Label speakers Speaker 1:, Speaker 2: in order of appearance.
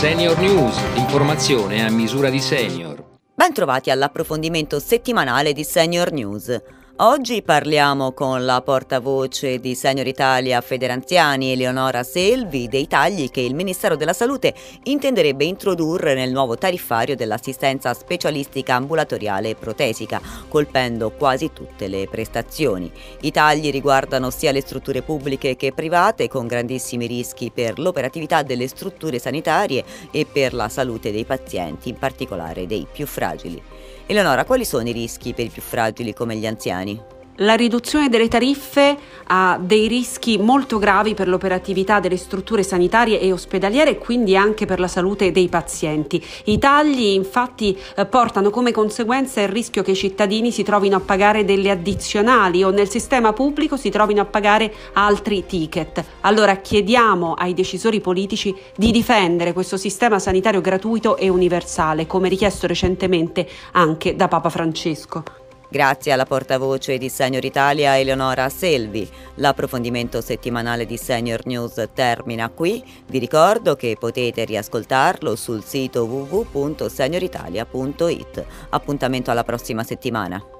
Speaker 1: Senior News, l'informazione a misura di senior.
Speaker 2: Bentrovati all'approfondimento settimanale di Senior News. Oggi parliamo con la portavoce di Senior Italia Federanziani, Eleonora Selvi, dei tagli che il Ministero della Salute intenderebbe introdurre nel nuovo tariffario dell'assistenza specialistica ambulatoriale e protesica, colpendo quasi tutte le prestazioni. I tagli riguardano sia le strutture pubbliche che private, con grandissimi rischi per l'operatività delle strutture sanitarie e per la salute dei pazienti, in particolare dei più fragili. Eleonora, quali sono i rischi per i più fragili come gli anziani?
Speaker 3: La riduzione delle tariffe ha dei rischi molto gravi per l'operatività delle strutture sanitarie e ospedaliere e quindi anche per la salute dei pazienti. I tagli infatti portano come conseguenza il rischio che i cittadini si trovino a pagare delle addizionali o nel sistema pubblico si trovino a pagare altri ticket. Allora chiediamo ai decisori politici di difendere questo sistema sanitario gratuito e universale, come richiesto recentemente anche da Papa Francesco.
Speaker 2: Grazie alla portavoce di Senior Italia Eleonora Selvi. L'approfondimento settimanale di Senior News termina qui. Vi ricordo che potete riascoltarlo sul sito www.senioritalia.it. Appuntamento alla prossima settimana.